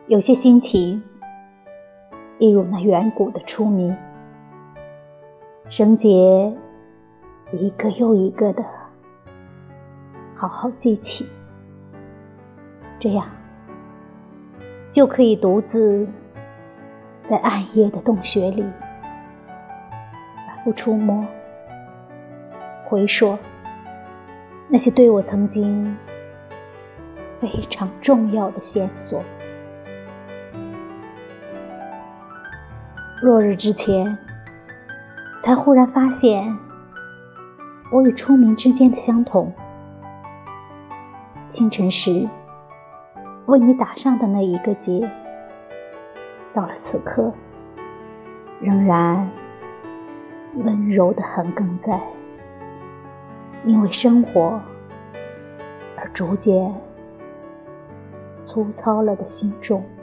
有些心情一如那远古的初谜，绳结一个又一个的好好记起，这样就可以独自在暗夜的洞穴里反复触摸，回溯那些对我曾经非常重要的线索。落日之前，才忽然发现我与初明之间的相同。清晨时为你打上的那一个结，到了此刻仍然温柔地横亘在因为生活而逐渐粗糙了的心中。